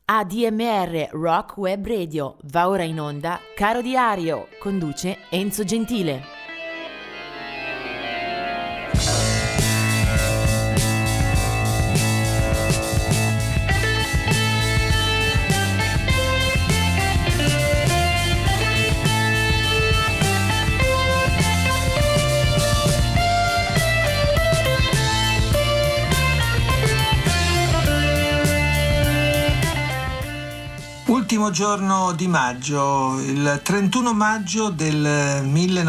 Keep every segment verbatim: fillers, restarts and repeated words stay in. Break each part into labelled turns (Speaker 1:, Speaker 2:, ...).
Speaker 1: A D M R Rock Web Radio va ora in onda Caro Diario, conduce Enzo Gentile.
Speaker 2: Ultimo giorno di maggio, il trentuno maggio del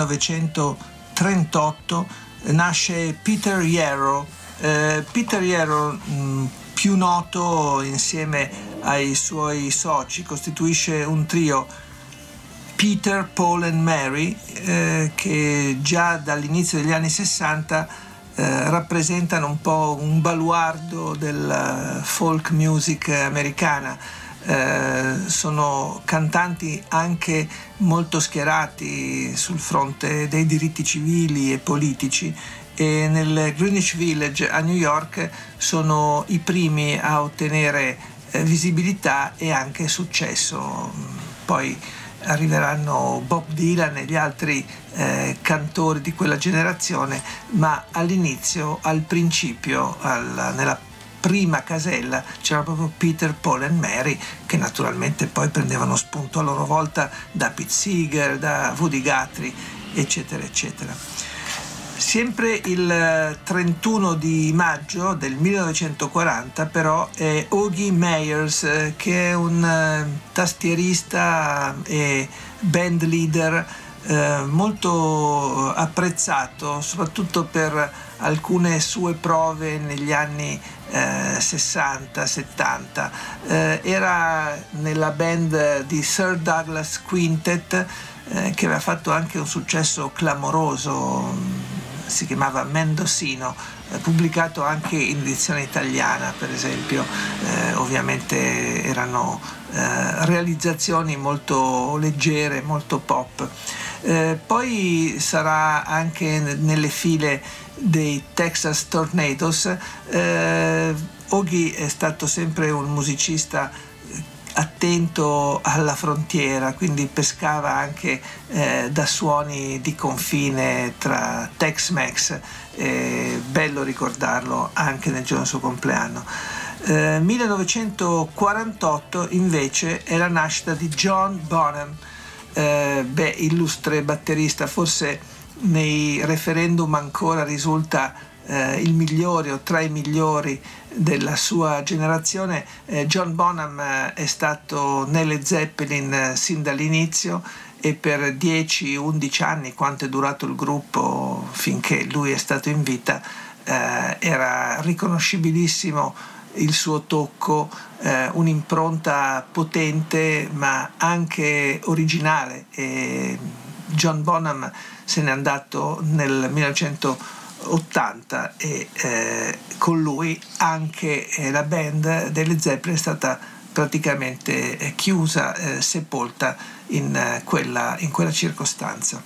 Speaker 2: millenovecentotrentotto, nasce Peter Yarrow. Eh, Peter Yarrow, mh, più noto insieme ai suoi soci, costituisce un trio Peter, Paul and Mary, eh, che già dall'inizio degli anni sessanta eh, rappresentano un po' un baluardo del folk music americana. Eh, sono cantanti anche molto schierati sul fronte dei diritti civili e politici, e nel Greenwich Village a New York sono i primi a ottenere eh, visibilità e anche successo. Poi arriveranno Bob Dylan e gli altri eh, cantori di quella generazione, ma all'inizio, al principio, al, nella prima casella c'era proprio Peter, Paul and Mary, che naturalmente poi prendevano spunto a loro volta da Pete Seeger, da Woody Guthrie, eccetera eccetera. Sempre il trentuno di maggio del millenovecentoquaranta però è Ogie Meyers, che è un tastierista e band leader eh, molto apprezzato, soprattutto per alcune sue prove negli anni eh, sessanta settanta. Eh, era nella band di Sir Douglas Quintet, eh, che aveva fatto anche un successo clamoroso, si chiamava Mendocino, eh, pubblicato anche in edizione italiana, per esempio. Eh, ovviamente erano eh, realizzazioni molto leggere, molto pop. Eh, poi sarà anche nelle file dei Texas Tornadoes. eh, Ogie è stato sempre un musicista attento alla frontiera, quindi pescava anche eh, da suoni di confine tra Tex-Mex, eh, bello ricordarlo anche nel giorno del suo compleanno. Eh, millenovecentoquarantotto invece è la nascita di John Bonham, eh, beh, illustre batterista, forse nei referendum ancora risulta eh, il migliore o tra i migliori della sua generazione. eh, John Bonham eh, è stato nelle Zeppelin eh, sin dall'inizio, e per dieci undici anni, quanto è durato il gruppo finché lui è stato in vita, eh, era riconoscibilissimo il suo tocco, eh, un'impronta potente ma anche originale. E John Bonham se n'è andato nel millenovecentottanta e eh, con lui anche eh, la band delle Zeppelin è stata praticamente eh, chiusa, eh, sepolta in, eh, quella, in quella circostanza.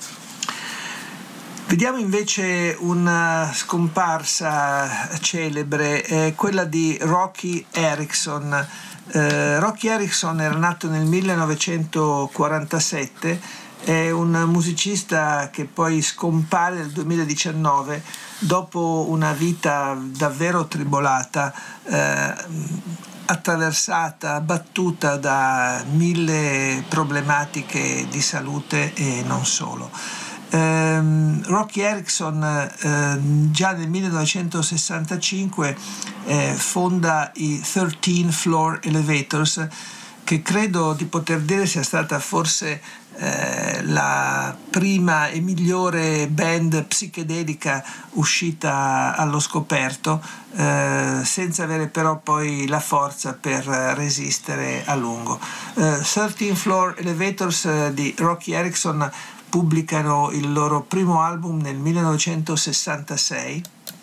Speaker 2: Vediamo invece una scomparsa celebre, eh, quella di Roky Erickson. Eh, Roky Erickson era nato nel millenovecentoquarantasette, è un musicista che poi scompare nel duemiladiciannove dopo una vita davvero tribolata, eh, attraversata, battuta da mille problematiche di salute e non solo. Um, Roky Erickson uh, già nel millenovecentosessantacinque eh, fonda i thirteen Floor Elevators, che credo di poter dire sia stata forse eh, la prima e migliore band psichedelica uscita allo scoperto, eh, senza avere però poi la forza per resistere a lungo. Uh, thirteen Floor Elevators eh, di Roky Erickson pubblicano il loro primo album nel millenovecentosessantasei.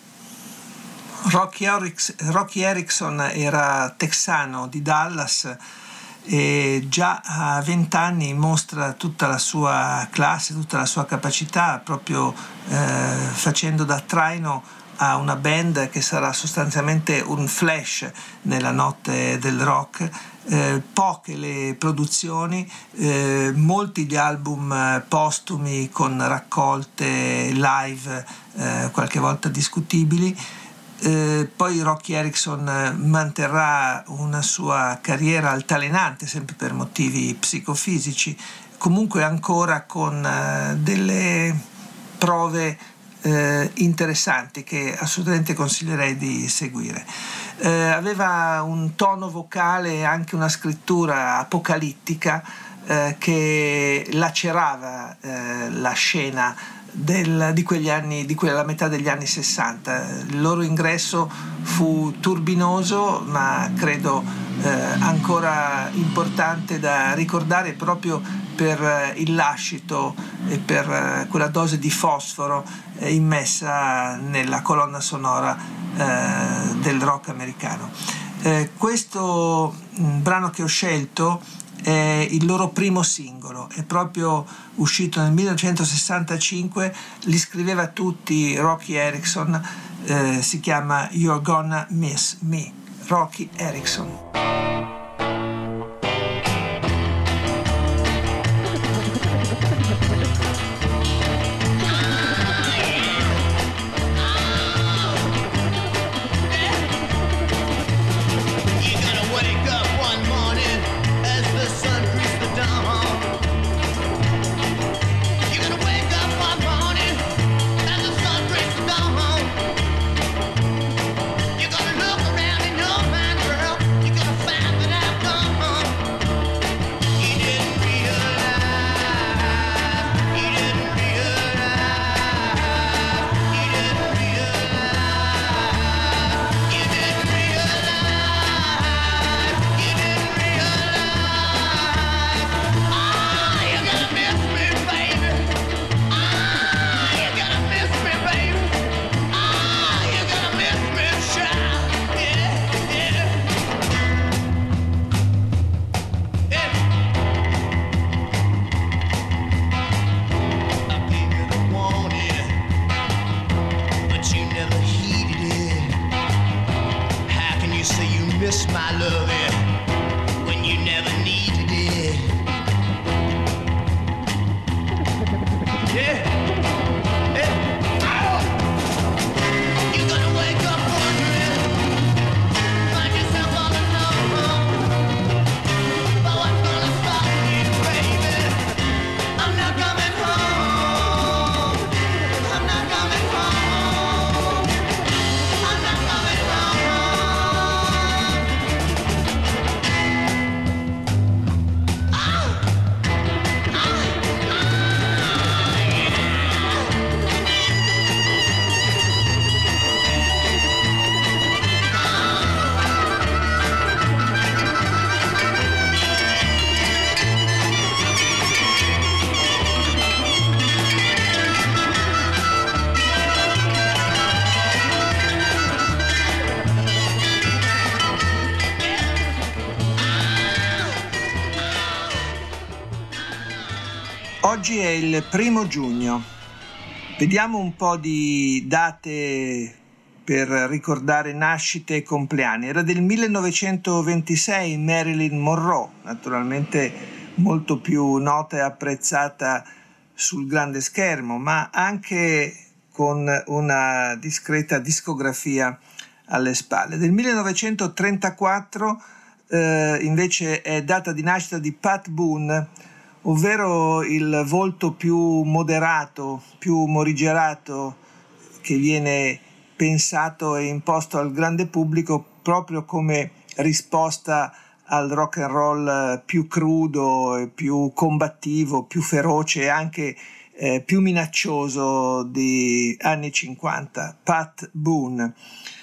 Speaker 2: Roky Erickson era texano di Dallas e già a vent'anni mostra tutta la sua classe, tutta la sua capacità, proprio eh, facendo da traino a una band che sarà sostanzialmente un flash nella notte del rock. Eh, poche le produzioni, eh, molti gli album eh, postumi con raccolte live eh, qualche volta discutibili. Eh, poi Roky Erickson manterrà una sua carriera altalenante, sempre per motivi psicofisici, comunque ancora con eh, delle prove eh, interessanti che assolutamente consiglierei di seguire. Eh, aveva un tono vocale e anche una scrittura apocalittica eh, che lacerava eh, la scena Del, di quegli anni, di quella metà degli anni sessanta. Il loro ingresso fu turbinoso, ma credo eh, ancora importante da ricordare proprio per eh, il lascito e per eh, quella dose di fosforo eh, immessa nella colonna sonora eh, del rock americano. Eh, questo mh, brano che ho scelto è il loro primo singolo, è proprio uscito nel millenovecentosessantacinque, li scriveva tutti Roky Erickson, eh, si chiama You're Gonna Miss Me, Roky Erickson. Oggi è il primo giugno. Vediamo un po' di date per ricordare nascite e compleanni. Era del millenovecentoventisei Marilyn Monroe, naturalmente molto più nota e apprezzata sul grande schermo, ma anche con una discreta discografia alle spalle. Del millenovecentotrentaquattro eh, invece è data di nascita di Pat Boone, ovvero il volto più moderato, più morigerato che viene pensato e imposto al grande pubblico proprio come risposta al rock and roll più crudo, più combattivo, più feroce e anche eh, più minaccioso di anni cinquanta, Pat Boone.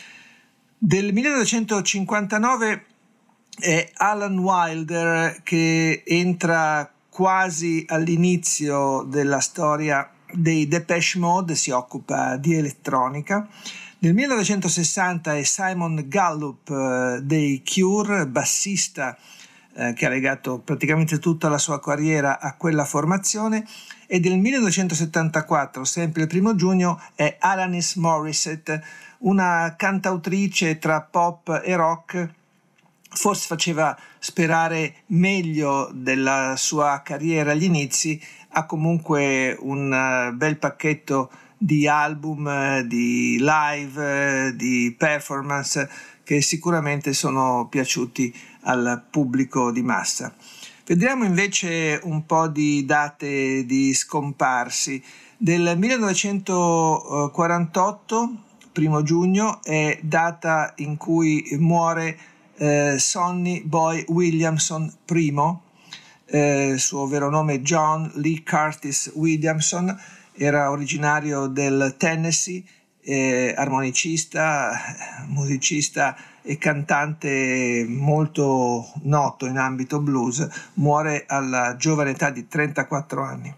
Speaker 2: Del millenovecentocinquantanove è Alan Wilder che entra quasi all'inizio della storia dei Depeche Mode, si occupa di elettronica. Nel millenovecentosessanta è Simon Gallup eh, dei Cure, bassista eh, che ha legato praticamente tutta la sua carriera a quella formazione, e del millenovecentosettantaquattro, sempre il primo giugno, è Alanis Morissette, una cantautrice tra pop e rock. Forse faceva sperare meglio della sua carriera agli inizi, ha comunque un bel pacchetto di album, di live, di performance che sicuramente sono piaciuti al pubblico di massa. Vediamo invece un po' di date di scomparsi. Del millenovecentoquarantotto, primo giugno, è data in cui muore eh, Sonny Boy Williamson primo, eh, suo vero nome John Lee Curtis Williamson, era originario del Tennessee, eh, armonicista, musicista e cantante molto noto in ambito blues, muore alla giovane età di trentaquattro anni.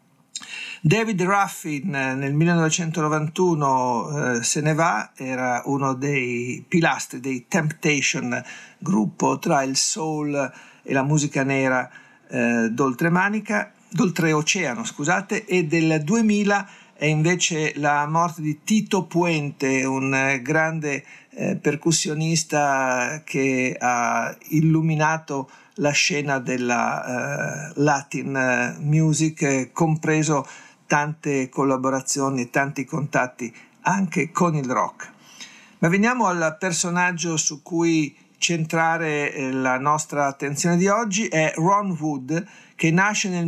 Speaker 2: David Ruffin nel millenovecentonovantuno eh, se ne va, era uno dei pilastri dei Temptation, gruppo tra il soul e la musica nera eh, d'oltremanica, d'oltreoceano, scusate, e del duemila è invece la morte di Tito Puente, un grande eh, percussionista che ha illuminato la scena della eh, Latin music, eh, compreso tante collaborazioni e tanti contatti anche con il rock. Ma veniamo al personaggio su cui centrare la nostra attenzione di oggi, è Ron Wood, che nasce nel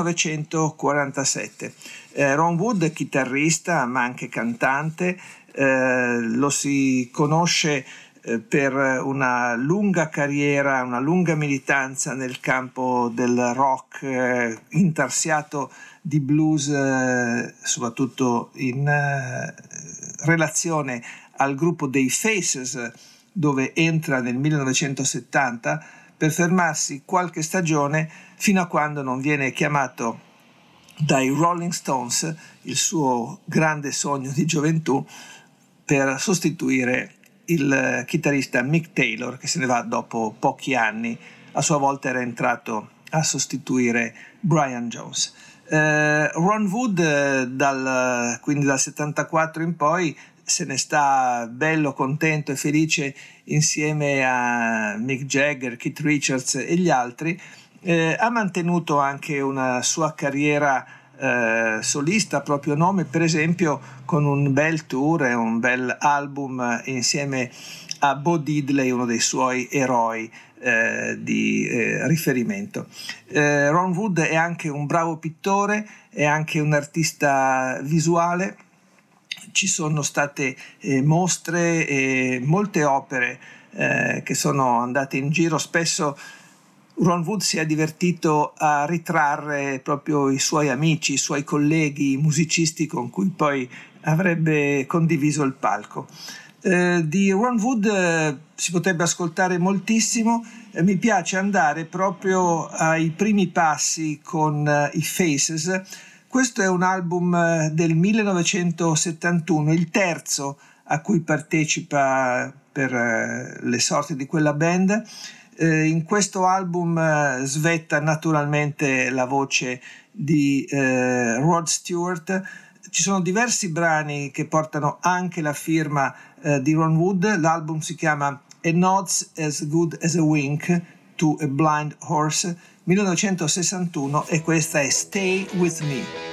Speaker 2: millenovecentoquarantasette. Eh, Ron Wood, chitarrista ma anche cantante, eh, lo si conosce eh, per una lunga carriera, una lunga militanza nel campo del rock, eh, intarsiato di blues, eh, soprattutto in eh, relazione al gruppo dei Faces, dove entra nel millenovecentosettanta per fermarsi qualche stagione fino a quando non viene chiamato dai Rolling Stones, il suo grande sogno di gioventù, per sostituire il chitarrista Mick Taylor, che se ne va dopo pochi anni. A sua volta era entrato a sostituire Brian Jones. Eh, Ron Wood eh, dal, quindi dal settantaquattro in poi se ne sta bello, contento e felice insieme a Mick Jagger, Keith Richards e gli altri. Eh, ha mantenuto anche una sua carriera eh, solista a proprio nome, per esempio con un bel tour e un bel album insieme a Bo Diddley, uno dei suoi eroi eh, di eh, riferimento. Eh, Ron Wood è anche un bravo pittore, è anche un artista visuale. Ci sono state eh, mostre e molte opere eh, che sono andate in giro. Spesso Ron Wood si è divertito a ritrarre proprio i suoi amici, i suoi colleghi, i musicisti con cui poi avrebbe condiviso il palco. Eh, di Ron Wood eh, si potrebbe ascoltare moltissimo. Eh, mi piace andare proprio ai primi passi con eh, i Faces. Questo è un album del millenovecentosettantuno, il terzo a cui partecipa per le sorti di quella band. Eh, in questo album eh, svetta naturalmente la voce di eh, Rod Stewart. Ci sono diversi brani che portano anche la firma eh, di Ron Wood. L'album si chiama A Nod's as Good as a Wink to a Blind Horse, millenovecentosessantuno, e questa è Stay With Me.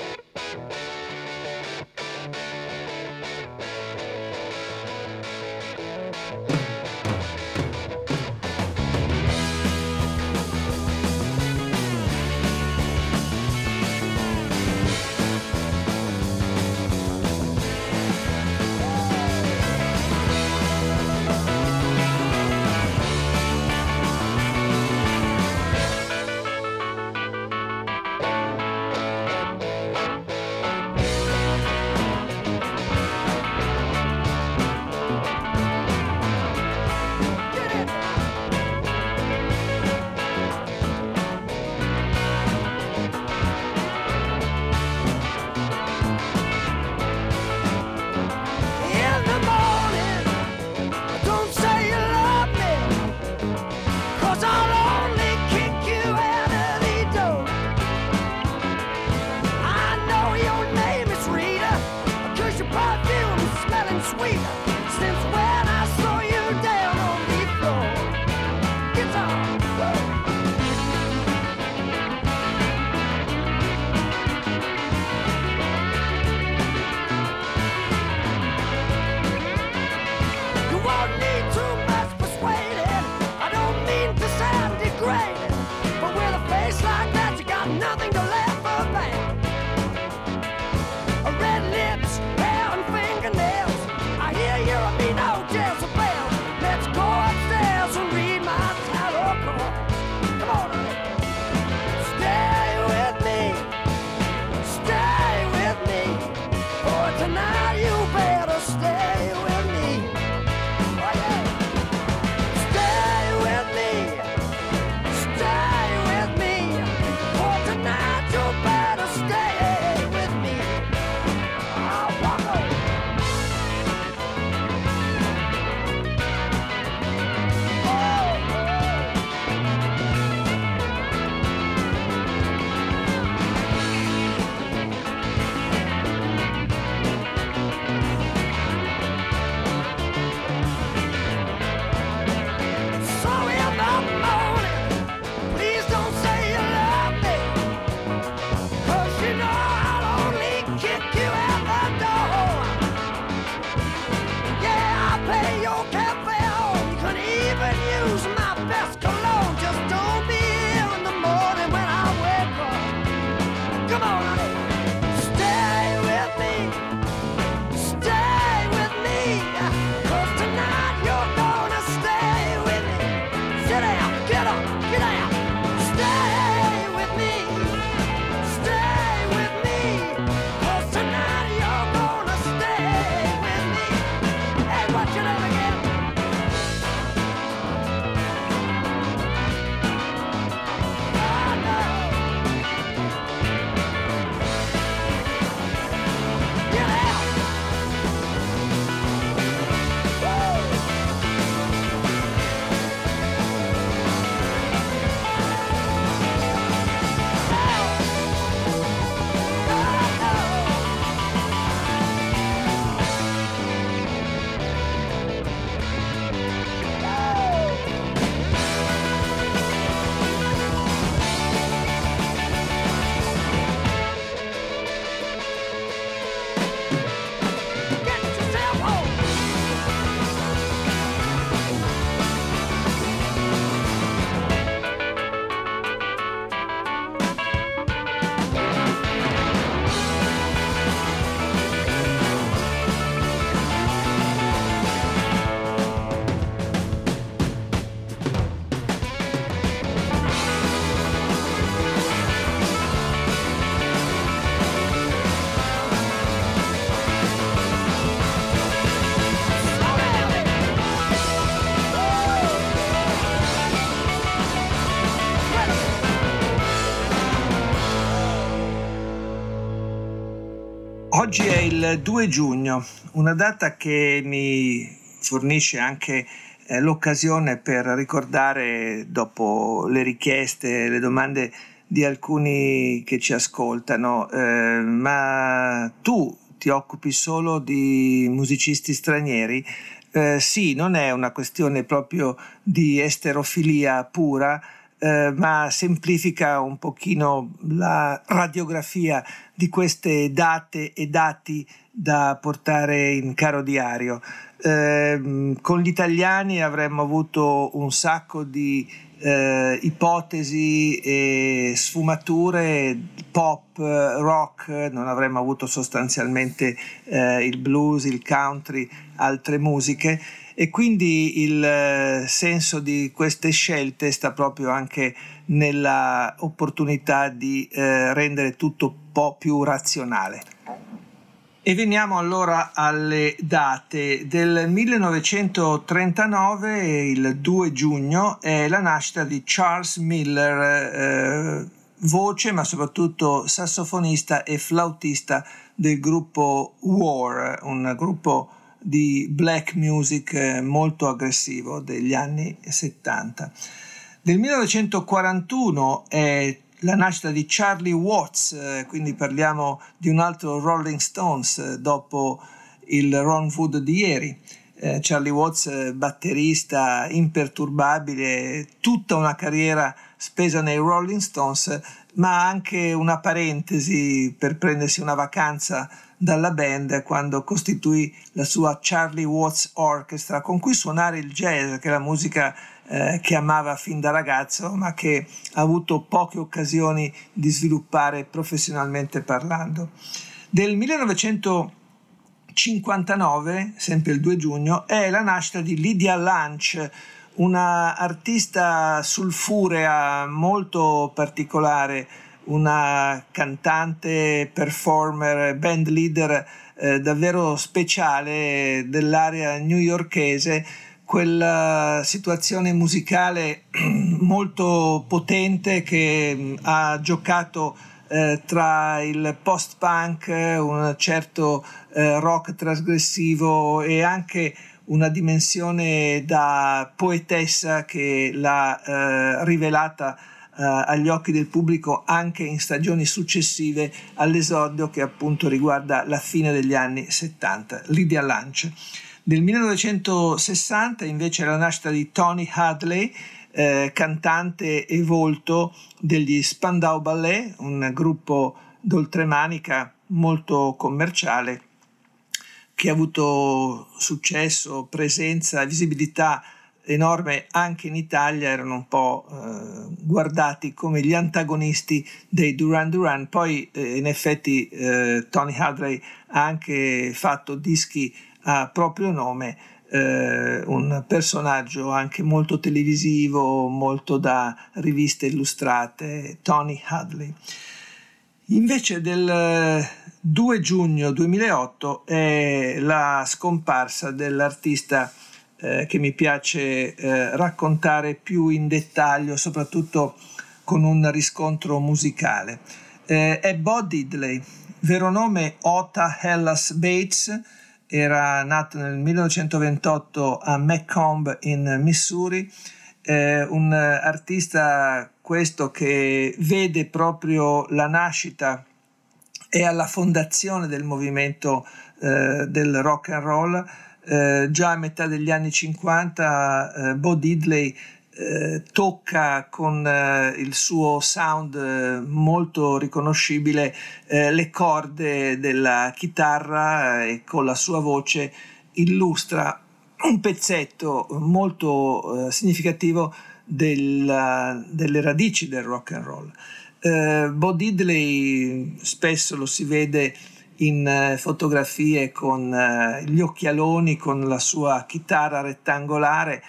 Speaker 2: Oggi è il due giugno, una data che mi fornisce anche eh, l'occasione per ricordare, dopo le richieste, le domande di alcuni che ci ascoltano, eh, ma tu ti occupi solo di musicisti stranieri? Eh, sì, non è una questione proprio di esterofilia pura, Eh, ma semplifica un pochino la radiografia di queste date e dati da portare in caro diario. Eh, con gli italiani avremmo avuto un sacco di eh, ipotesi e sfumature, pop, rock, non avremmo avuto sostanzialmente eh, il blues, il country, altre musiche. E quindi il senso di queste scelte sta proprio anche nella opportunità di eh, rendere tutto un po' più razionale. E veniamo allora alle date. Del millenovecentotrentanove, il due giugno, è la nascita di Charles Miller, eh, voce ma soprattutto sassofonista e flautista del gruppo War, un gruppo di black music molto aggressivo degli anni settanta. Del millenovecentoquarantuno è la nascita di Charlie Watts, quindi parliamo di un altro Rolling Stones dopo il Ron Wood di ieri. Eh, Charlie Watts, batterista imperturbabile, tutta una carriera spesa nei Rolling Stones, ma anche una parentesi per prendersi una vacanza dalla band quando costituì la sua Charlie Watts Orchestra, con cui suonare il jazz, che è la musica eh, che amava fin da ragazzo, ma che ha avuto poche occasioni di sviluppare professionalmente parlando. Del millenovecentocinquantanove, sempre il due giugno, è la nascita di Lydia Lunch, una artista sulfurea molto particolare, una cantante, performer, band leader eh, davvero speciale dell'area newyorkese, quella situazione musicale molto potente che ha giocato eh, tra il post-punk, un certo eh, rock trasgressivo e anche una dimensione da poetessa che l'ha eh, rivelata Uh, agli occhi del pubblico anche in stagioni successive all'esordio, che appunto riguarda la fine degli anni settanta, Lydia Lunch. Nel millenovecentosessanta invece la nascita di Tony Hadley, eh, cantante e volto degli Spandau Ballet, un gruppo d'oltremanica molto commerciale che ha avuto successo, presenza, visibilità enorme anche in Italia. Erano un po' eh, guardati come gli antagonisti dei Duran Duran. Poi eh, in effetti eh, Tony Hadley ha anche fatto dischi a proprio nome, eh, un personaggio anche molto televisivo, molto da riviste illustrate, Tony Hadley. Invece del due giugno duemilaotto è la scomparsa dell'artista eh, che mi piace eh, raccontare più in dettaglio, soprattutto con un riscontro musicale. Eh, è Bo Diddley, vero nome Ota Hellas Bates, era nato nel millenovecentoventotto a Macomb in Missouri, eh, un artista questo che vede proprio la nascita e alla fondazione del movimento eh, del rock and roll. Eh, già a metà degli anni cinquanta eh, Bo Diddley eh, tocca con eh, il suo sound eh, molto riconoscibile eh, le corde della chitarra e con la sua voce illustra un pezzetto molto eh, significativo della, delle radici del rock and roll. Uh, Bo Diddley spesso lo si vede in uh, fotografie con uh, gli occhialoni, con la sua chitarra rettangolare.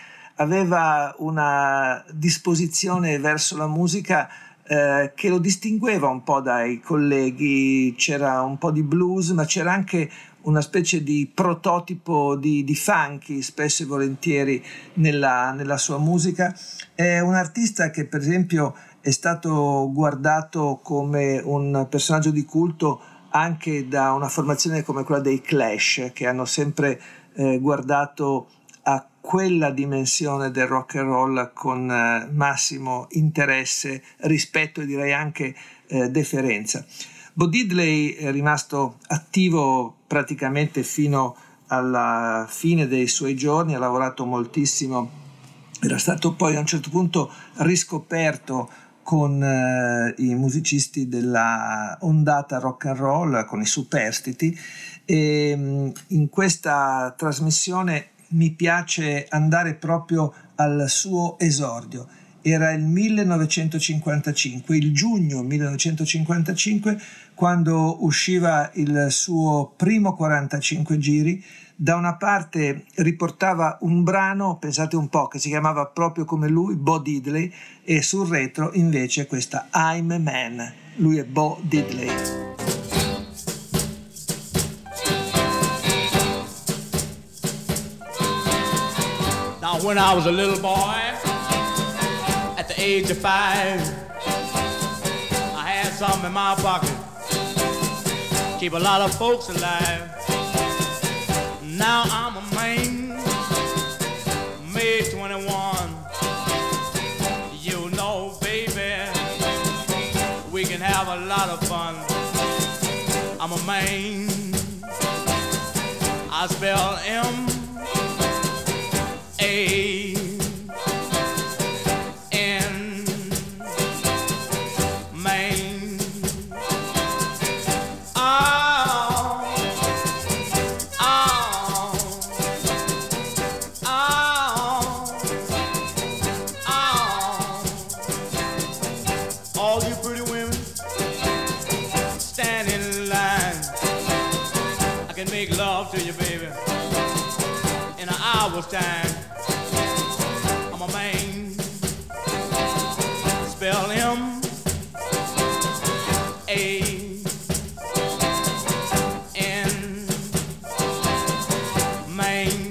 Speaker 2: Aveva una disposizione verso la musica uh, che lo distingueva un po' dai colleghi. C'era un po' di blues, ma c'era anche una specie di prototipo di, di funky, spesso e volentieri nella, nella sua musica. È un artista che, per esempio, è stato guardato come un personaggio di culto anche da una formazione come quella dei Clash, che hanno sempre eh, guardato a quella dimensione del rock and roll con eh, massimo interesse, rispetto e direi anche eh, deferenza. Bo Diddley è rimasto attivo praticamente fino alla fine dei suoi giorni, ha lavorato moltissimo, era stato poi a un certo punto riscoperto con eh, i musicisti della ondata rock and roll, con i Superstiti, e mh, in questa trasmissione mi piace andare proprio al suo esordio. Era il millenovecentocinquantacinque, il giugno millenovecentocinquantacinque, quando usciva il suo primo quarantacinque giri. Da una parte riportava un brano, pensate un po', che si chiamava proprio come lui, Bo Diddley, e sul retro invece questa I'm a Man. Lui è Bo Diddley.
Speaker 3: Now when I was a little boy, at the age of five, I had something in my pocket, keep a lot of folks alive. Now I'm a man, May twenty-one. You know, baby, we can have a lot of fun. I'm a man, I spell M A N, man. Oh, oh, oh, oh. All you pretty women stand in line. I can make love to you, baby, in an hour's time. I'm a man, spell M A N, man.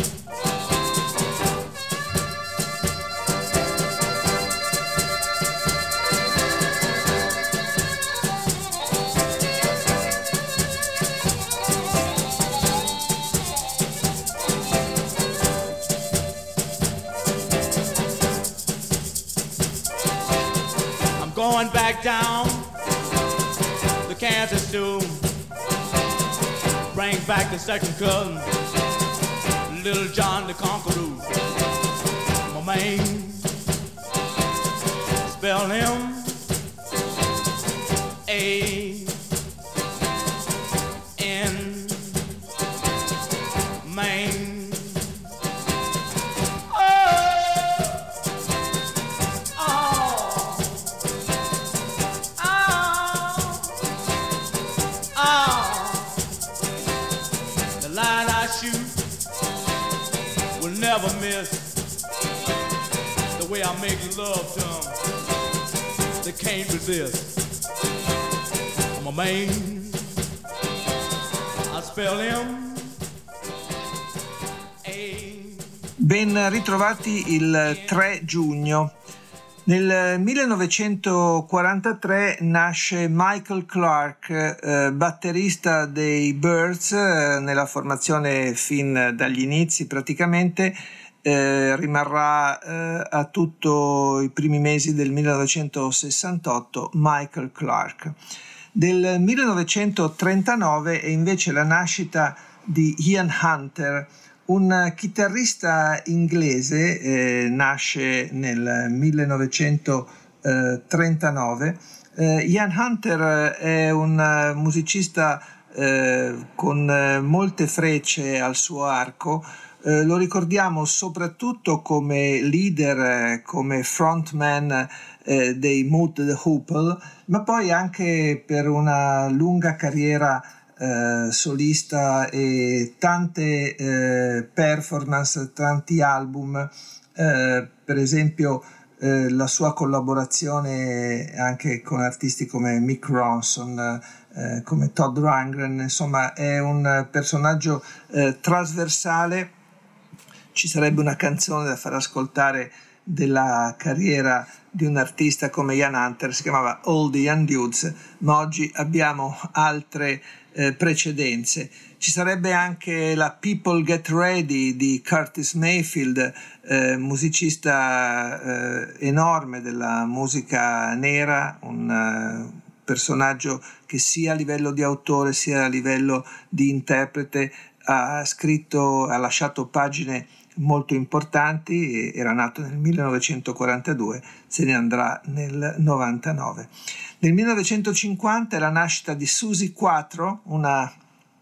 Speaker 3: Going back down the Kansas to bring back the second cousin, Little John the Conqueror. My man, spell him A N, man. never miss the way I make love to them. They can't resist. I'm a man, I spell him.
Speaker 2: Ben ritrovati il tre giugno. Nel millenovecentoquarantatré nasce Michael Clarke, eh, batterista dei Byrds, eh, nella formazione fin dagli inizi praticamente, eh, rimarrà eh, a tutto i primi mesi del millenovecentosessantotto Michael Clarke. Del millenovecentotrentanove è invece la nascita di Ian Hunter, un chitarrista inglese, eh, nasce nel millenovecentotrentanove. Eh, Ian Hunter è un musicista eh, con molte frecce al suo arco. Eh, lo ricordiamo soprattutto come leader, come frontman eh, dei Mood the Hoople, ma poi anche per una lunga carriera Uh, solista e tante uh, performance, tanti album, uh, per esempio uh, la sua collaborazione anche con artisti come Mick Ronson, uh, come Todd Rundgren. Insomma, è un personaggio uh, trasversale. Ci sarebbe una canzone da far ascoltare della carriera di un artista come Ian Hunter, si chiamava All the Young Dudes, ma oggi abbiamo altre eh, precedenze. Ci sarebbe anche la People Get Ready di Curtis Mayfield, eh, musicista eh, enorme della musica nera, un uh, personaggio che sia a livello di autore sia a livello di interprete ha scritto, ha lasciato pagine molto importanti. Era nato nel millenovecentoquarantadue, se ne andrà nel novantanove. Nel millenovecentocinquanta è la nascita di Suzi Quatro, una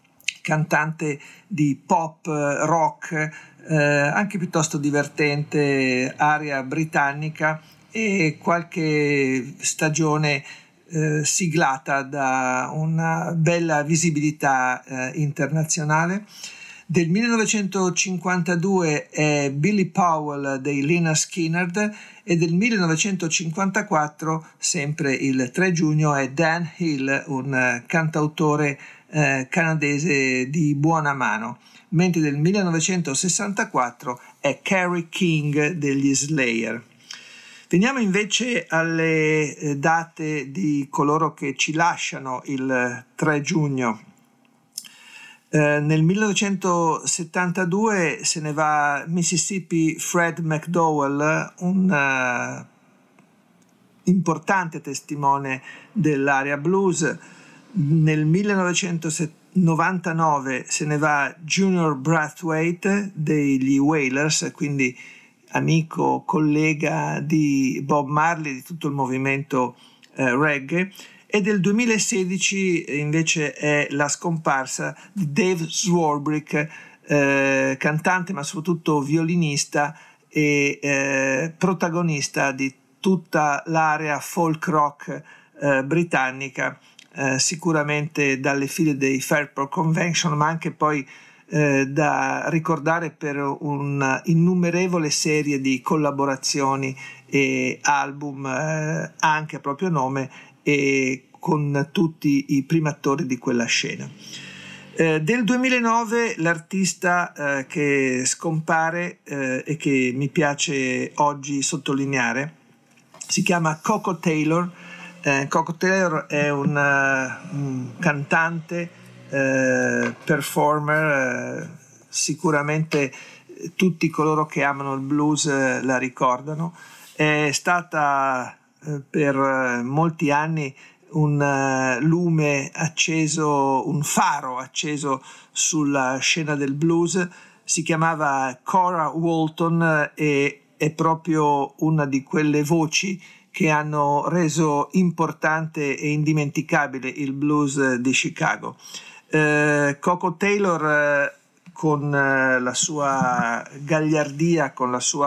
Speaker 2: cantante di pop rock eh, anche piuttosto divertente, aria britannica, e qualche stagione eh, siglata da una bella visibilità eh, internazionale. Del millenovecentocinquantadue è Billy Powell dei Lynyrd Skynyrd, e del millenovecentocinquantaquattro, sempre il tre giugno, è Dan Hill, un cantautore eh, canadese di buona mano, mentre del millenovecentosessantaquattro è Carrie King degli Slayer. Veniamo invece alle date di coloro che ci lasciano il tre giugno. Eh, nel millenovecentosettantadue se ne va Mississippi Fred McDowell, un uh, importante testimone dell'area blues. Nel millenovecentonovantanove se ne va Junior Brathwaite degli Wailers, quindi amico, collega di Bob Marley, di tutto il movimento eh, reggae. E del duemilasedici invece è la scomparsa di Dave Swarbrick, eh, cantante ma soprattutto violinista e eh, protagonista di tutta l'area folk rock eh, britannica, eh, sicuramente dalle file dei Fairport Convention, ma anche poi eh, da ricordare per una innumerevole serie di collaborazioni e album eh, anche a proprio nome, e con tutti i primi attori di quella scena. Eh, del duemilanove l'artista eh, che scompare eh, e che mi piace oggi sottolineare si chiama Koko Taylor. Eh, Koko Taylor è un, uh, un cantante, eh, performer, eh, sicuramente tutti coloro che amano il blues eh, la ricordano. È stata per molti anni un uh, lume acceso, un faro acceso sulla scena del blues. Si chiamava Cora Walton e è proprio una di quelle voci che hanno reso importante e indimenticabile il blues di Chicago. Eh, Koko Taylor, eh, con eh, la sua gagliardia, con la sua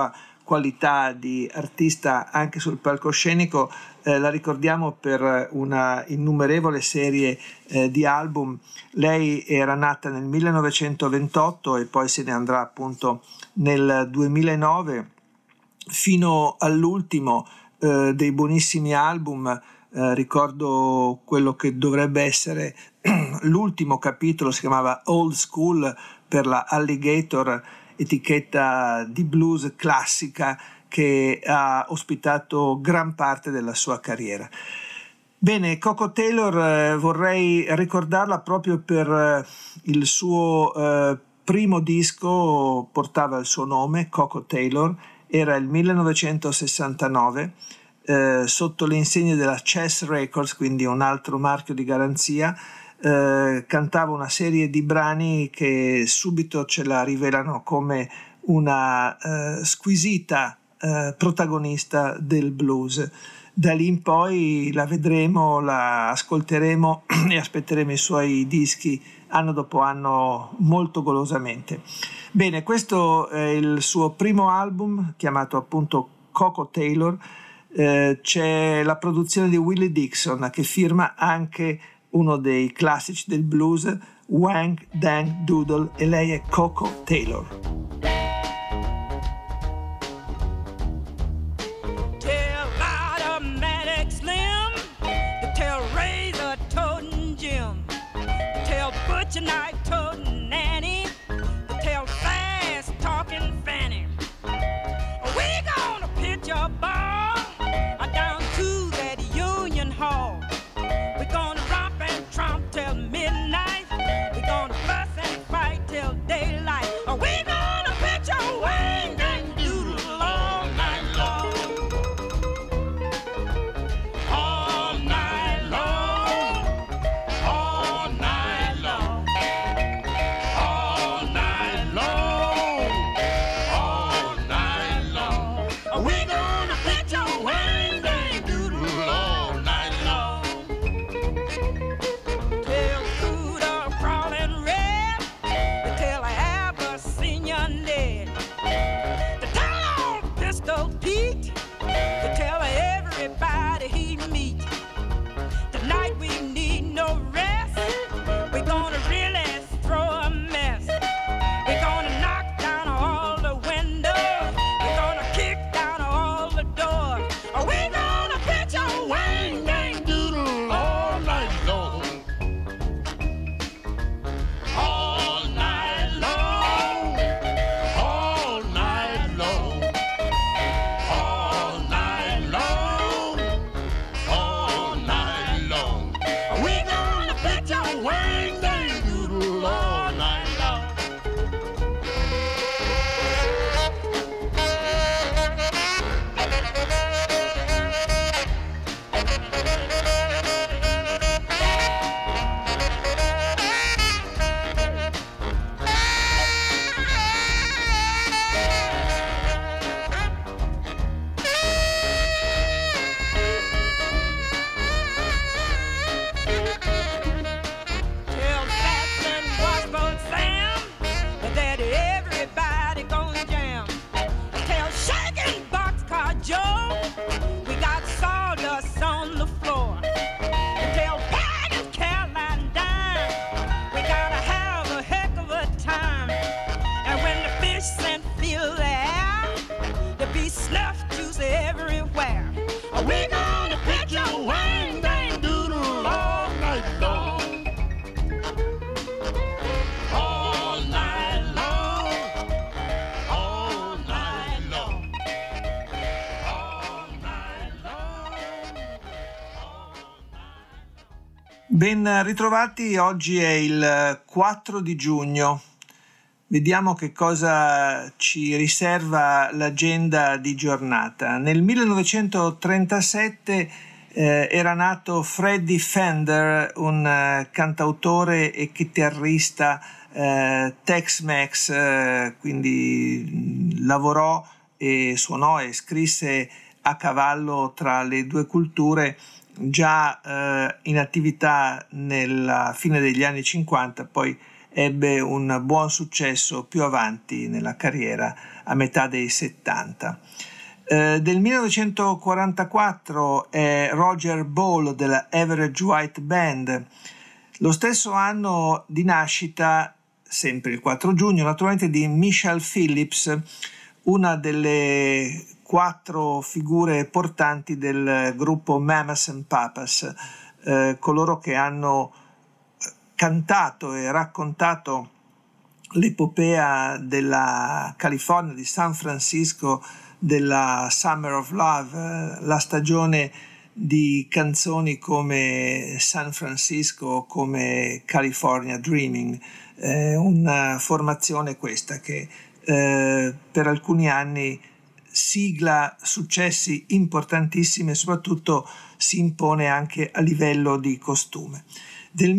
Speaker 2: qualità di artista anche sul palcoscenico. Eh, la ricordiamo per una innumerevole serie eh, di album. Lei era nata nel millenovecentoventotto e poi se ne andrà appunto nel duemilanove, fino all'ultimo eh, dei buonissimi album. Eh, ricordo quello che dovrebbe essere l'ultimo capitolo, si chiamava Old School, per la Alligator, etichetta di blues classica che ha ospitato gran parte della sua carriera. Bene, Koko Taylor eh, vorrei ricordarla proprio per eh, il suo eh, primo disco, portava il suo nome, Koko Taylor, era il millenovecentosessantanove, eh, sotto le insegne della Chess Records, quindi un altro marchio di garanzia. Eh, cantava una serie di brani che subito ce la rivelano come una eh, squisita eh, protagonista del blues. Da lì in poi la vedremo, la ascolteremo e aspetteremo i suoi dischi anno dopo anno molto golosamente. Bene, questo è il suo primo album, chiamato appunto Koko Taylor. Eh, c'è la produzione di Willie Dixon, che firma anche uno dei classici del blues, Wang Dang Doodle, e lei è Koko Taylor.
Speaker 4: Tell Automatic Slim, tell Razor Toting Jim, tell Butcher Knife Toting Nanny, tell Fast Talking Fanny, we gonna pitch a ball down to that Union Hall. We're gonna romp and tromp till midnight. We're gonna fuss and fight till daylight. We're gonna pitch a wing and doodle all night long. All night long. All night long. All night long. All night long. We're gonna pitch a wing and doodle all night long. Tell Cooter crawling red, tell Abyssinia Ned, to tell old Pistol Pete, to tell everybody he meet. Tonight we need no rest. We're gonna really throw a mess. We're gonna knock down all the windows. We're gonna kick down all the doors. We're gonna pitch a wing dang doodle all night long. All night long. All night long. All night long. All night long. We're gonna pitch a wing dang doodle all night long. Tell Captain Washboard Sam that everybody gonna jam. Tell Shaking Boxcar Joe we got sawdust on the floor. Tell Pat and Caroline Dime we gotta have a heck of a time. And when the fish scent fill the air, there be snuff juice everywhere. We gonna pitch a wang dang doodle all night long. All night long. All night long. All night long.
Speaker 2: Ben ritrovati, oggi è il quattro di giugno. Vediamo che cosa ci riserva l'agenda di giornata. Nel millenovecentotrentasette eh, era nato Freddie Fender, un eh, cantautore e chitarrista eh, Tex-Mex, eh, quindi mh, lavorò e suonò e scrisse a cavallo tra le due culture, già eh, in attività nella fine degli anni cinquanta, poi ebbe un buon successo più avanti nella carriera, a metà dei settanta. Eh, del millenovecentoquarantaquattro è Roger Ball della Average White Band. Lo stesso anno di nascita, sempre il quattro giugno, naturalmente, di Michelle Phillips, una delle quattro figure portanti del gruppo Mamas and Papas, eh, coloro che hanno cantato e raccontato l'epopea della California, di San Francisco, della Summer of Love, la stagione di canzoni come San Francisco, come California Dreaming. Eh, una formazione questa che eh, per alcuni anni sigla successi importantissimi e soprattutto si impone anche a livello di costume. Del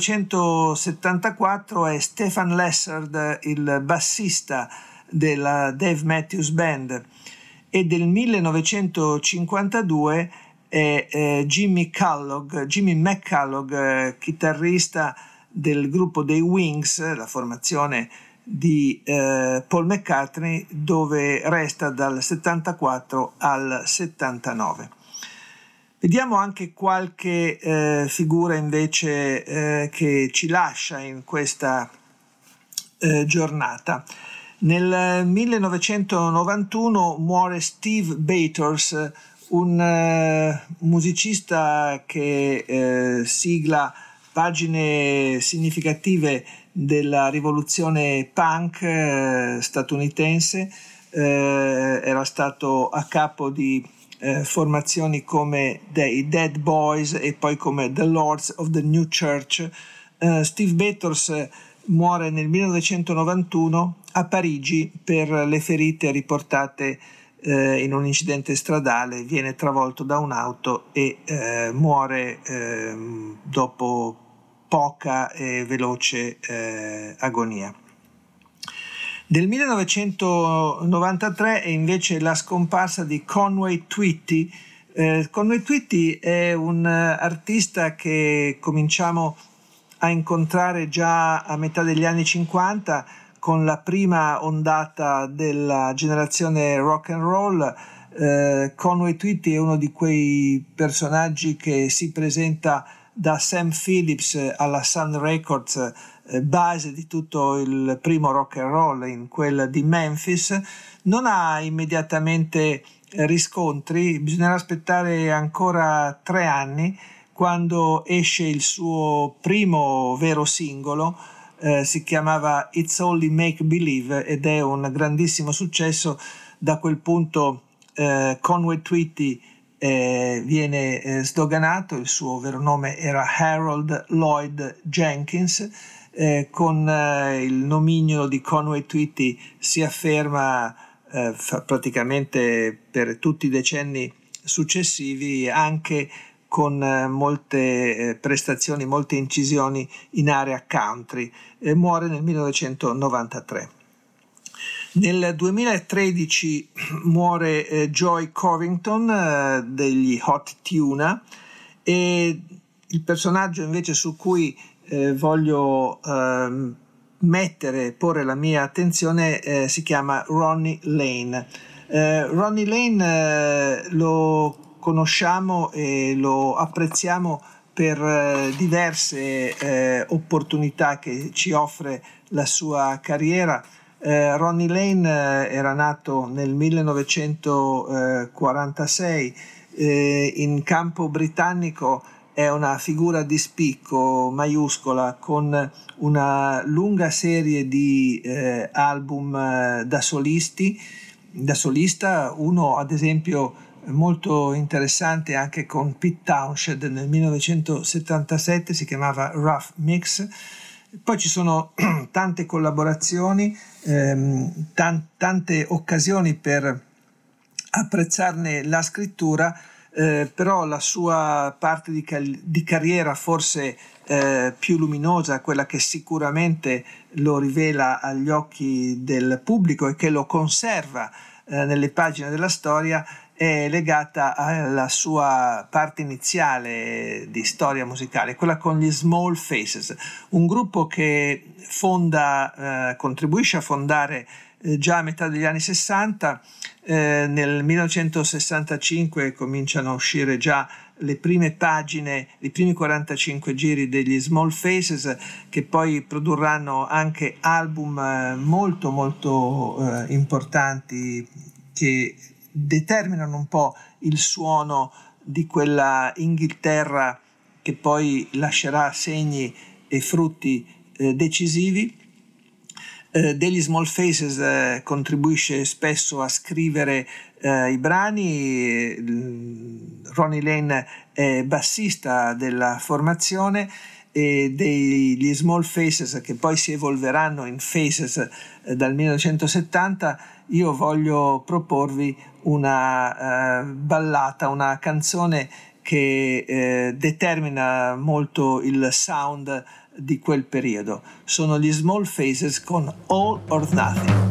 Speaker 2: millenovecentosettantaquattro è Stefan Lessard, il bassista della Dave Matthews Band, e del millenovecentocinquantadue è eh, Jimmy Kellogg, Jimmy McCullough, eh, chitarrista del gruppo dei Wings, la formazione di eh, Paul McCartney, dove resta dal settantaquattro al settantanove. Vediamo anche qualche eh, figura invece eh, che ci lascia in questa eh, giornata. Nel millenovecentonovantuno muore Steve Bators, un uh, musicista che uh, sigla pagine significative della rivoluzione punk uh, statunitense. Uh, era stato a capo di uh, formazioni come i Dead Boys e poi come The Lords of the New Church. Uh, Steve Bators muore nel millenovecentonovantuno a Parigi per le ferite riportate eh, in un incidente stradale. Viene travolto da un'auto e eh, muore eh, dopo poca e veloce eh, agonia. Del millenovecentonovantatré è invece la scomparsa di Conway Twitty. Eh, Conway Twitty è un artista che cominciamo a incontrare già a metà degli anni cinquanta con la prima ondata della generazione rock and roll. eh, Conway Twitty è uno di quei personaggi che si presenta da Sam Phillips alla Sun Records, eh, base di tutto il primo rock and roll, in quel di Memphis. Non ha immediatamente riscontri, bisognerà aspettare ancora tre anni quando esce il suo primo vero singolo. Eh, si chiamava It's Only Make Believe ed è un grandissimo successo. Da quel punto eh, Conway Twitty eh, viene eh, sdoganato, il suo vero nome era Harold Lloyd Jenkins. Eh, con eh, il nomignolo di Conway Twitty si afferma eh, fa, praticamente per tutti i decenni successivi, anche con eh, molte eh, prestazioni, molte incisioni in area country. Eh, muore nel millenovecentonovantatré. Nel duemilatredici muore eh, Joy Covington eh, degli Hot Tuna, e il personaggio invece su cui eh, voglio eh, mettere, porre la mia attenzione eh, si chiama Ronnie Lane. Eh, Ronnie Lane eh, lo conosciamo e lo apprezziamo per eh, diverse eh, opportunità che ci offre la sua carriera. Eh, Ronnie Lane eh, era nato nel millenovecentoquarantasei, eh, in campo britannico è una figura di spicco maiuscola, con una lunga serie di eh, album eh, da solisti, da solista, uno ad esempio molto interessante anche con Pete Townshend nel millenovecentosettantasette, si chiamava Rough Mix. Poi ci sono tante collaborazioni, ehm, tan- tante occasioni per apprezzarne la scrittura, eh, però la sua parte di, cal- di carriera forse eh, più luminosa, quella che sicuramente lo rivela agli occhi del pubblico e che lo conserva eh, nelle pagine della storia, è legata alla sua parte iniziale di storia musicale, quella con gli Small Faces, un gruppo che fonda, eh, contribuisce a fondare eh, già a metà degli anni sessanta. Eh, nel millenovecentosessantacinque cominciano a uscire già le prime pagine, i primi quarantacinque giri degli Small Faces, che poi produrranno anche album eh, molto molto eh, importanti che determinano un po' il suono di quella Inghilterra che poi lascerà segni e frutti eh, decisivi. Eh, degli Small Faces eh, contribuisce spesso a scrivere eh, i brani. Ronnie Lane è bassista della formazione, e degli Small Faces, che poi si evolveranno in Faces eh, dal millenovecentosettanta, io voglio proporvi una eh, ballata, una canzone che eh, determina molto il sound di quel periodo. Sono gli Small Faces con All or Nothing.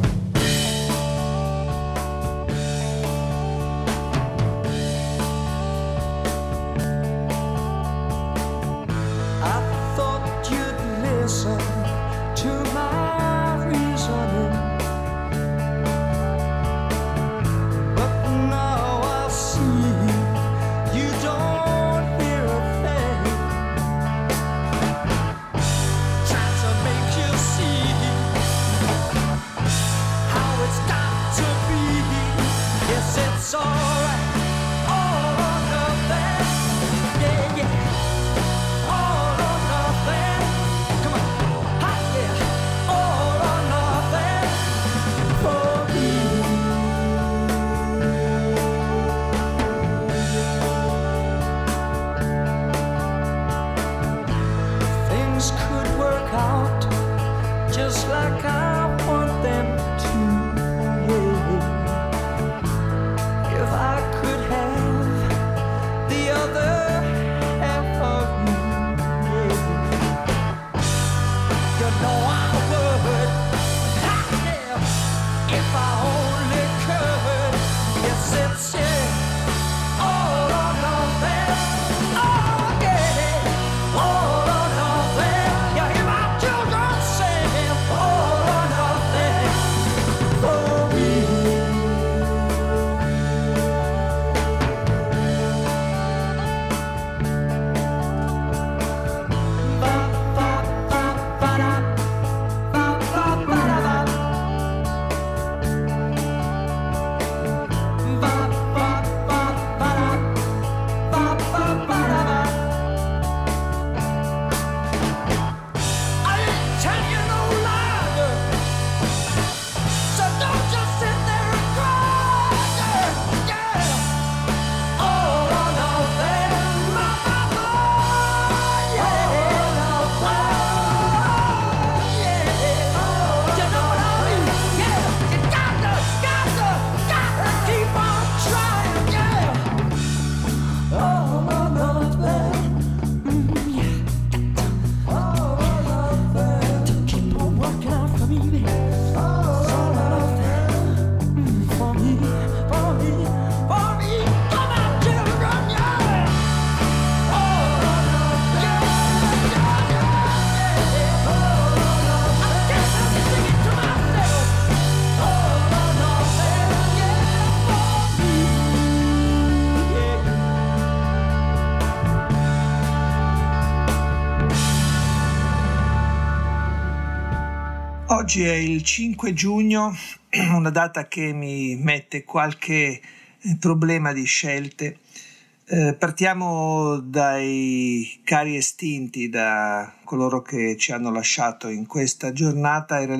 Speaker 2: Oggi è il cinque giugno, una data che mi mette qualche problema di scelte. Eh, partiamo dai cari estinti, da coloro che ci hanno lasciato in questa giornata. Era il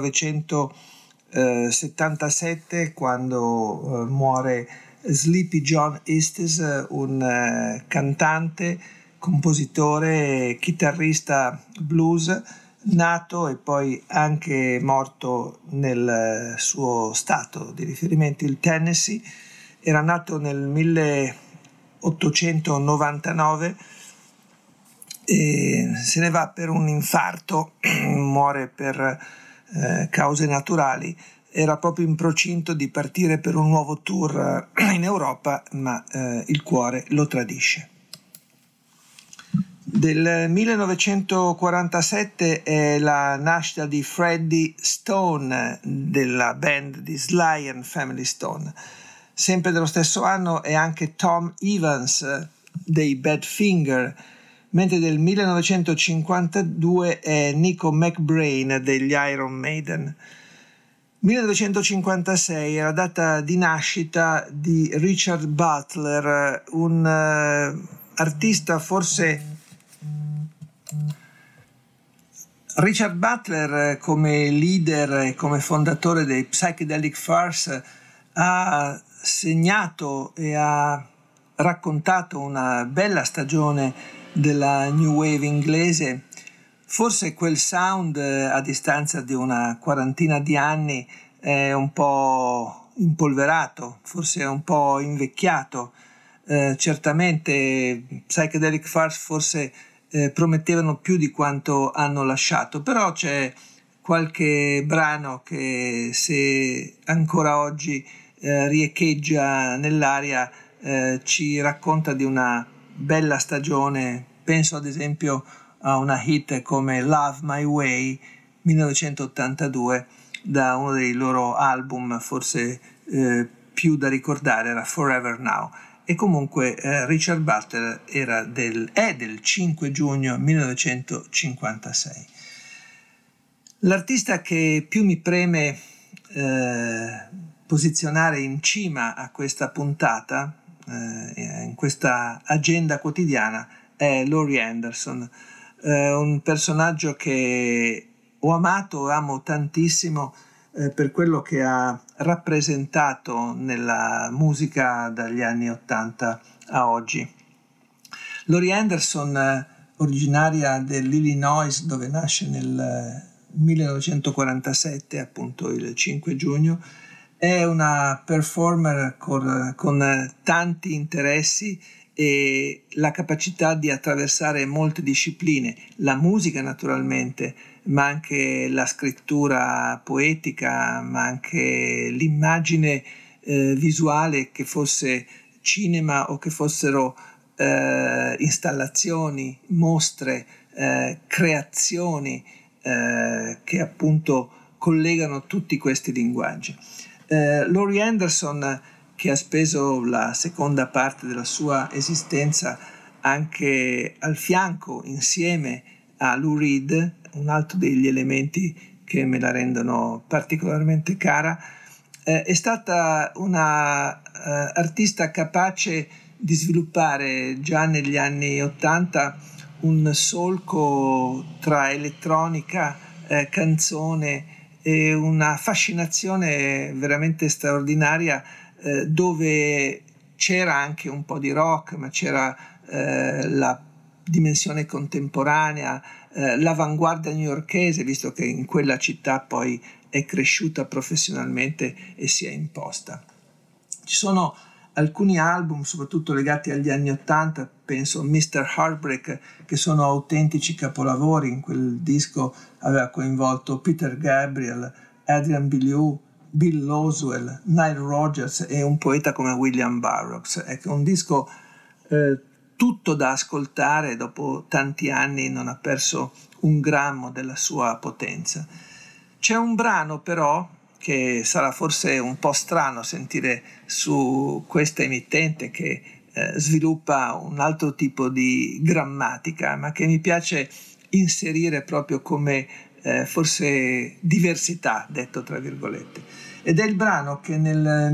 Speaker 2: millenovecentosettantasette quando eh, muore Sleepy John Estes, un eh, cantante, compositore, chitarrista blues, nato e poi anche morto nel suo stato di riferimento, il Tennessee. Era nato nel milleottocentonovantanove e se ne va per un infarto, muore per eh, cause naturali. era proprio in procinto di partire per un nuovo tour in Europa, ma eh, il cuore lo tradisce. Del millenovecentoquarantasette è la nascita di Freddie Stone della band di Sly and Family Stone. Sempre dello stesso anno è anche Tom Evans dei Badfinger, mentre del millenovecentocinquantadue è Nico McBrain degli Iron Maiden. millenovecentocinquantasei è la data di nascita di Richard Butler, un uh, artista forse... Richard Butler, come leader e come fondatore dei Psychedelic Furs, ha segnato e ha raccontato una bella stagione della New Wave inglese. Forse quel sound, a distanza di una quarantina di anni, è un po' impolverato, forse è un po' invecchiato. Eh, certamente Psychedelic Furs forse eh, promettevano più di quanto hanno lasciato, però c'è qualche brano che, se ancora oggi eh, riecheggia nell'aria, eh, ci racconta di una bella stagione. Penso ad esempio a una hit come Love My Way millenovecentottantadue, da uno dei loro album forse eh, più da ricordare, era Forever Now. E comunque eh, Richard Butler era del, è del cinque giugno millenovecentocinquantasei. L'artista che più mi preme eh, posizionare in cima a questa puntata, eh, in questa agenda quotidiana, è Laurie Anderson, eh, un personaggio che ho amato e amo tantissimo eh, per quello che ha rappresentato nella musica dagli anni ottanta a oggi. Laurie Anderson, eh, originaria dell'Illinois, dove nasce nel millenovecentoquarantasette, appunto il cinque giugno, è una performer con, con tanti interessi e la capacità di attraversare molte discipline, la musica naturalmente, ma anche la scrittura poetica, ma anche l'immagine eh, visuale, che fosse cinema o che fossero eh, installazioni, mostre, eh, creazioni eh, che appunto collegano tutti questi linguaggi. Eh, Laurie Anderson, che ha speso la seconda parte della sua esistenza anche al fianco, insieme a Lou Reed, un altro degli elementi che me la rendono particolarmente cara, eh, è stata una eh, artista capace di sviluppare già negli anni ottanta un solco tra elettronica, eh, canzone e una fascinazione veramente straordinaria, eh, dove c'era anche un po' di rock, ma c'era eh, la dimensione contemporanea, eh, l'avanguardia newyorkese, visto che in quella città poi è cresciuta professionalmente e si è imposta. Ci sono alcuni album, soprattutto legati agli anni ottanta, penso mister Heartbreak, che sono autentici capolavori. In quel disco aveva coinvolto Peter Gabriel, Adrian Belew, Bill Laswell, Nile Rodgers e un poeta come William Burroughs. È un disco eh, tutto da ascoltare, dopo tanti anni non ha perso un grammo della sua potenza. C'è un brano però che sarà forse un po' strano sentire su questa emittente, che eh, sviluppa un altro tipo di grammatica, ma che mi piace inserire proprio come eh, forse diversità, detto tra virgolette. Ed è il brano che nel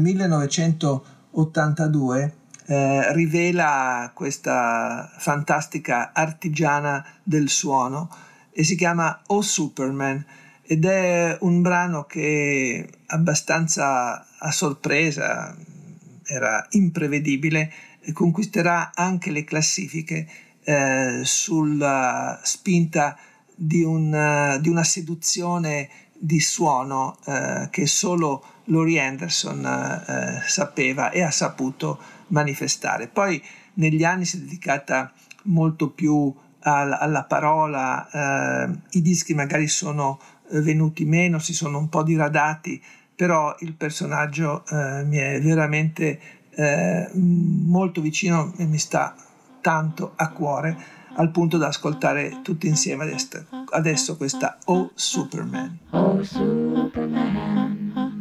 Speaker 2: millenovecentottantadue eh, rivela questa fantastica artigiana del suono e si chiama Oh Superman. Ed è un brano che abbastanza a sorpresa, era imprevedibile, e conquisterà anche le classifiche eh, sulla spinta di, un, di una seduzione di suono eh, che solo Laurie Anderson eh, sapeva e ha saputo manifestare. Poi negli anni si è dedicata molto più alla, alla parola, eh, i dischi magari sono venuti meno, si sono un po' diradati, però il personaggio eh, mi è veramente eh, molto vicino e mi sta tanto a cuore, al punto da ascoltare tutti insieme adesso, adesso questa Oh Superman.
Speaker 5: Oh Superman,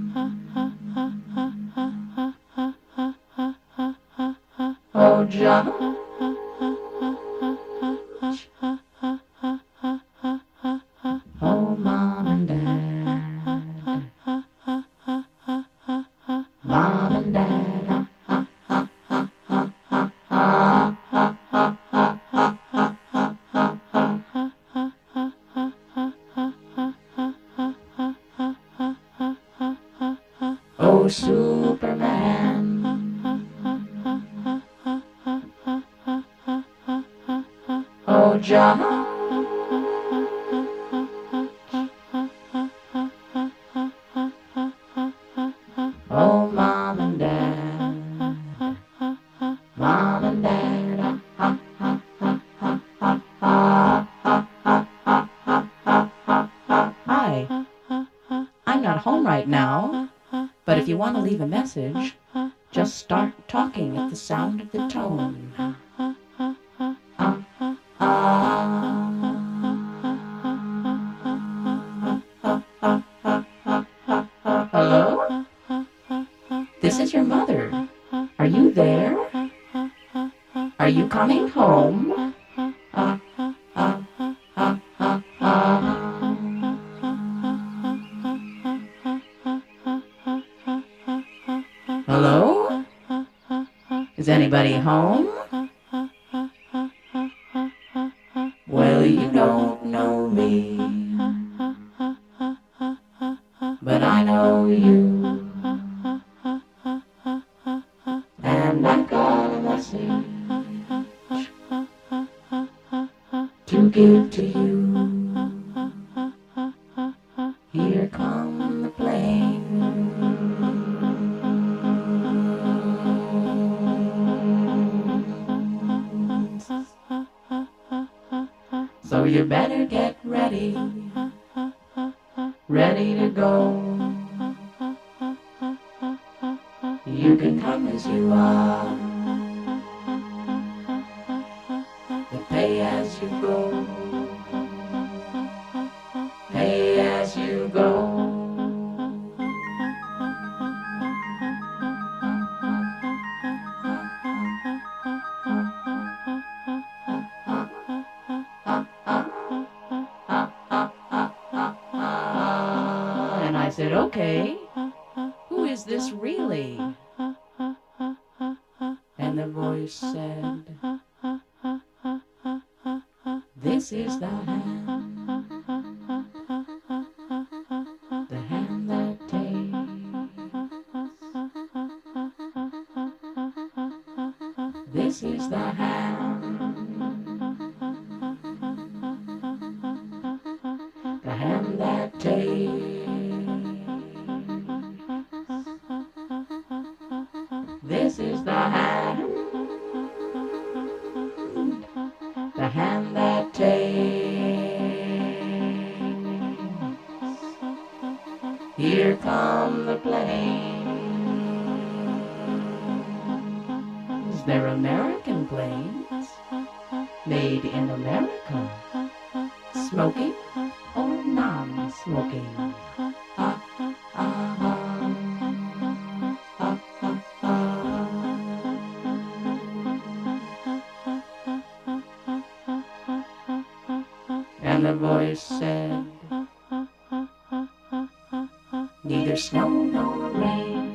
Speaker 5: oh John, oh Mom and Dad, Mom and Dad, oh Superman, oh John, oh Mom and Dad, Mom and Dad,
Speaker 6: Hi, I'm not home right now, but if you want to leave a message, just start talking at the sound of the tone. Hello? This is your mother. Are you there? Are you coming home? Hello? Is anybody home? Well, you don't know me, but I know you, and I've got a message to give to you. Here come the planes, so you better get ready, ready to go. You can come as you are, but pay as you go, pay as you go. And I said, okay, who is this really? And the voice said, this is the hand, the hand that takes. This is the hand, the hand that takes. This is the hand, the hand that takes. Here come the planes. They're American planes, made in America. Smoking or non-smoking? And the voice said, neither snow nor rain,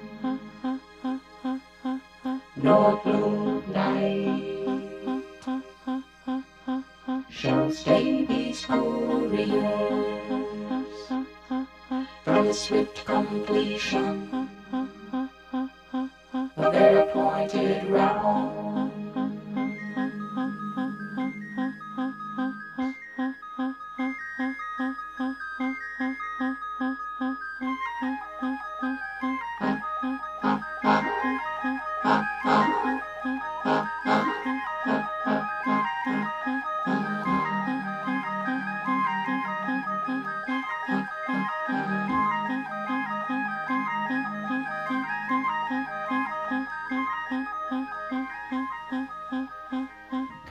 Speaker 6: nor blue night shall stay these couriers from the swift completion of their appointed round.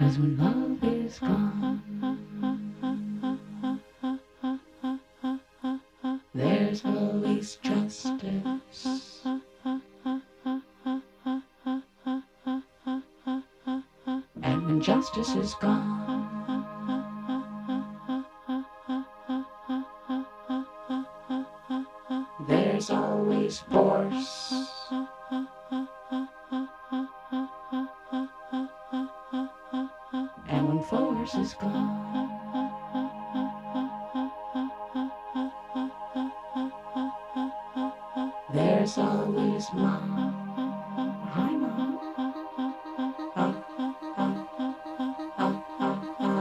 Speaker 5: 'Cause when love is gone, there's always justice. And when justice is gone, there's always force. And when force is gone, there's always mom. Hi, mom. Uh, uh, uh, uh,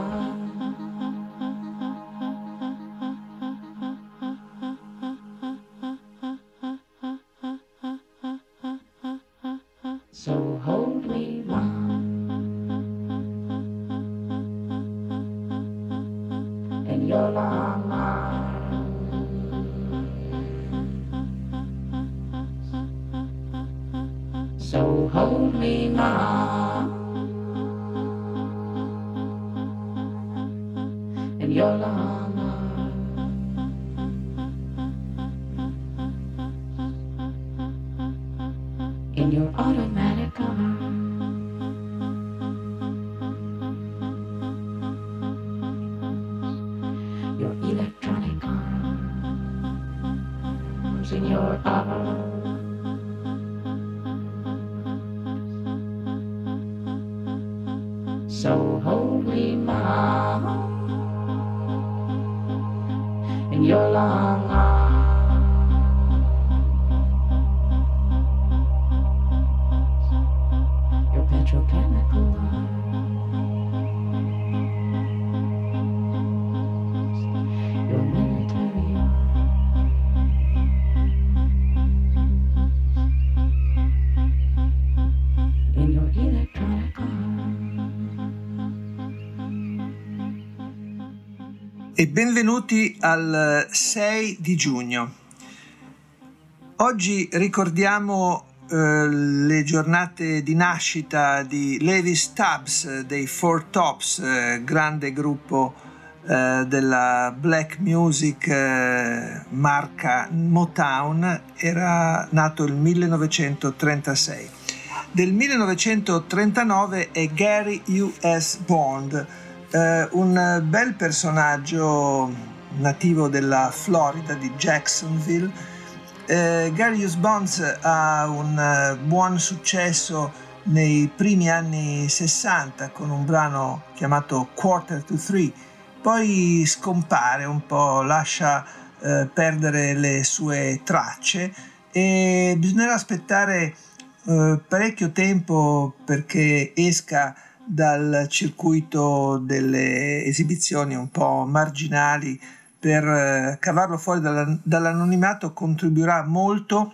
Speaker 5: uh. So hold me, mom, in your long arms. So hold me, mom, in your long arms. In your automatic arms. Your electronic arms. In your arms. So hold me, mom, in your long arms. Your petrochemical arms. Your military arms. In your electronic arms.
Speaker 2: E benvenuti al sei di giugno. Oggi ricordiamo eh, le giornate di nascita di Levi Stubbs dei Four Tops, eh, grande gruppo eh, della black music eh, marca Motown. Era nato il millenovecentotrentasei. Del millenovecentotrentanove è Gary U S Bond, Uh, un bel personaggio nativo della Florida, di Jacksonville. Uh, Gary U S Bond ha un uh, buon successo nei primi anni sessanta con un brano chiamato Quarter to Three, poi scompare un po', lascia uh, perdere le sue tracce e bisognerà aspettare uh, parecchio tempo perché esca dal circuito delle esibizioni un po' marginali. Per eh, cavarlo fuori dalla, dall'anonimato contribuirà molto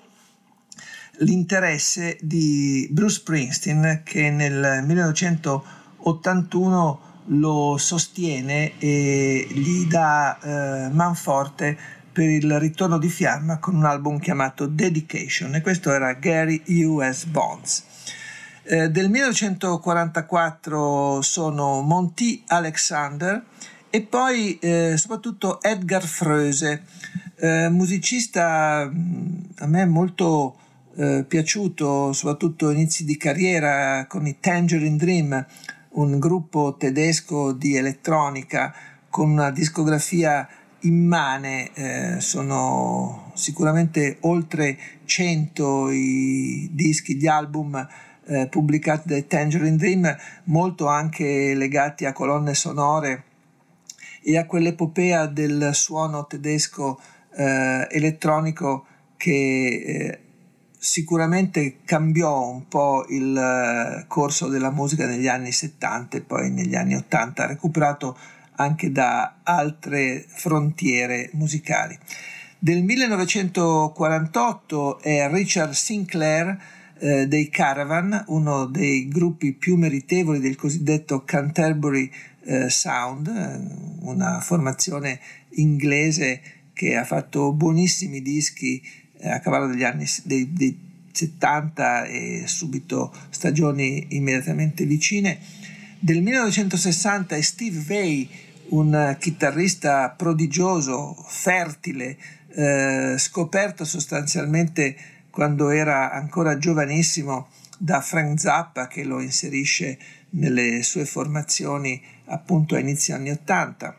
Speaker 2: l'interesse di Bruce Springsteen, che nel millenovecentottantuno lo sostiene e gli dà eh, manforte per il ritorno di fiamma con un album chiamato Dedication, e questo era Gary U S Bonds. Eh, del millenovecentoquarantaquattro sono Monty Alexander e poi eh, soprattutto Edgar Froese, eh, musicista a me molto eh, piaciuto, soprattutto inizi di carriera con i Tangerine Dream, un gruppo tedesco di elettronica con una discografia immane. Eh, sono sicuramente oltre cento i dischi, gli album Eh, pubblicati dai Tangerine Dream, molto anche legati a colonne sonore e a quell'epopea del suono tedesco eh, elettronico che eh, sicuramente cambiò un po' il eh, corso della musica negli anni settanta e poi negli anni ottanta, recuperato anche da altre frontiere musicali. Del millenovecentoquarantotto è Richard Sinclair eh, dei Caravan, uno dei gruppi più meritevoli del cosiddetto Canterbury eh, Sound, una formazione inglese che ha fatto buonissimi dischi eh, a cavallo degli anni dei, dei settanta e subito stagioni immediatamente vicine. Del millenovecentosessanta è Steve Vai, un chitarrista prodigioso, fertile, eh, scoperto sostanzialmente quando era ancora giovanissimo da Frank Zappa, che lo inserisce nelle sue formazioni appunto a inizio anni ottanta.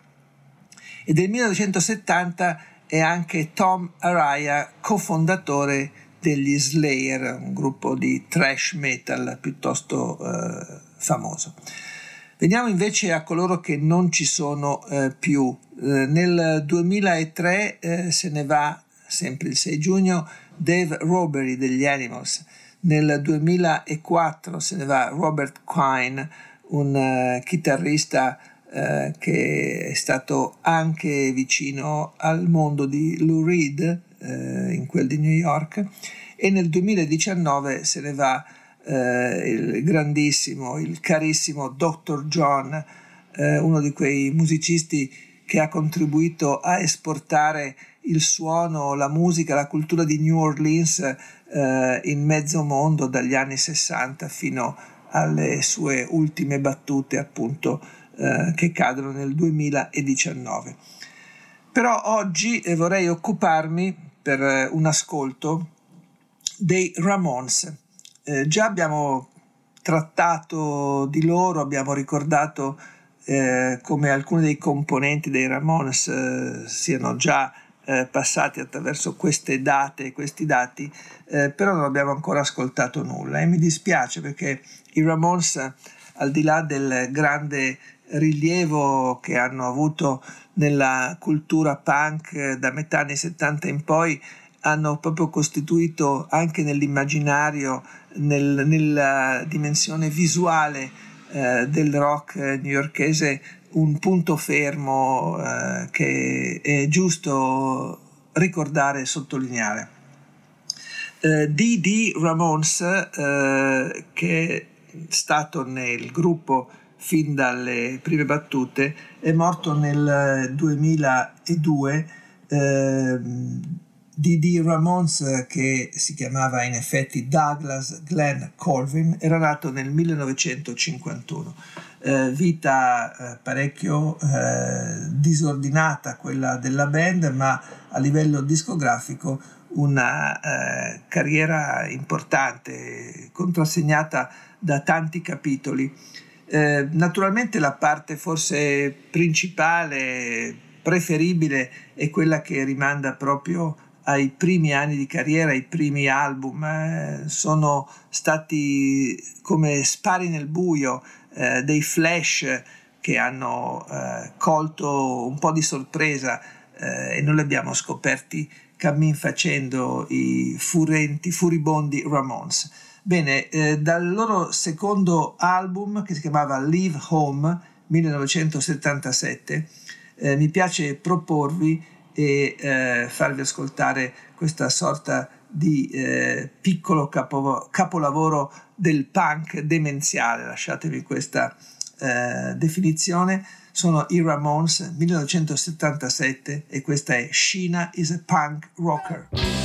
Speaker 2: E del millenovecentosettanta è anche Tom Araya, cofondatore degli Slayer, un gruppo di thrash metal piuttosto eh, famoso. Veniamo invece a coloro che non ci sono eh, più. Eh, nel duemilatré eh, se ne va, sempre il sei giugno, Dave Robery degli Animals. Nel duemilaquattro se ne va Robert Quine, un uh, chitarrista uh, che è stato anche vicino al mondo di Lou Reed, uh, in quel di New York, e nel duemiladiciannove se ne va uh, il grandissimo, il carissimo doctor John, uh, uno di quei musicisti che ha contribuito a esportare il suono, la musica, la cultura di New Orleans eh, in mezzo mondo dagli anni sessanta fino alle sue ultime battute, appunto, eh, che cadono nel duemiladiciannove. Però oggi eh, vorrei occuparmi per eh, un ascolto dei Ramones. Eh, già abbiamo trattato di loro, abbiamo ricordato eh, come alcuni dei componenti dei Ramones eh, siano già Eh, passati attraverso queste date, questi dati, eh, però non abbiamo ancora ascoltato nulla e mi dispiace, perché i Ramones, al di là del grande rilievo che hanno avuto nella cultura punk da metà anni settanta in poi, hanno proprio costituito anche nell'immaginario, nel, nella dimensione visuale eh, del rock newyorkese, un punto fermo eh, che è giusto ricordare e sottolineare. Eh, Dee Dee Ramones, eh, che è stato nel gruppo fin dalle prime battute, è morto nel duemiladue. eh, Dee Dee Ramones, che si chiamava in effetti Douglas Glenn Colvin, era nato nel millenovecentocinquantuno. Eh, vita eh, parecchio eh, disordinata quella della band, ma a livello discografico una eh, carriera importante, contrassegnata da tanti capitoli. Eh, naturalmente la parte forse principale, preferibile, è quella che rimanda proprio ai primi anni di carriera, ai primi album. Eh, sono stati come spari nel buio, eh, dei flash che hanno eh, colto un po' di sorpresa eh, e noi li abbiamo scoperti cammin facendo, i furenti, furibondi Ramones. Bene, eh, dal loro secondo album, che si chiamava Leave Home, millenovecentosettantasette, eh, mi piace proporvi e eh, farvi ascoltare questa sorta di eh, piccolo capo, capolavoro del punk demenziale, lasciatemi questa eh, definizione. Sono i Ramones, millenovecentosettantasette, e questa è Sheena is a Punk Rocker.